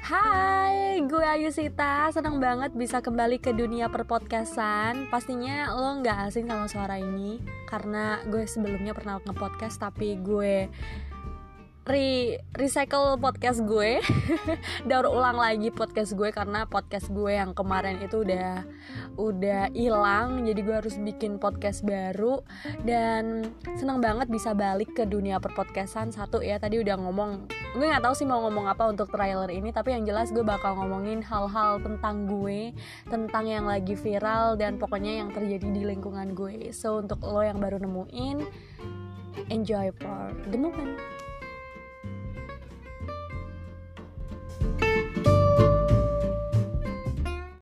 Hai, gue Ayusita. Senang banget bisa kembali ke dunia perpodcastan. Pastinya lo gak asing sama suara ini, karena gue sebelumnya pernah nge-podcast, tapi gue recycle podcast gue daur ulang lagi podcast gue, karena podcast gue yang kemarin itu udah hilang. Jadi gue harus bikin podcast baru. Dan senang banget bisa balik ke dunia perpodcastan. Satu ya, tadi udah ngomong, gue gak tahu sih mau ngomong apa untuk trailer ini, tapi yang jelas gue bakal ngomongin hal-hal tentang gue, tentang yang lagi viral, dan pokoknya yang terjadi di lingkungan gue. So untuk lo yang baru nemuin, enjoy for the moment.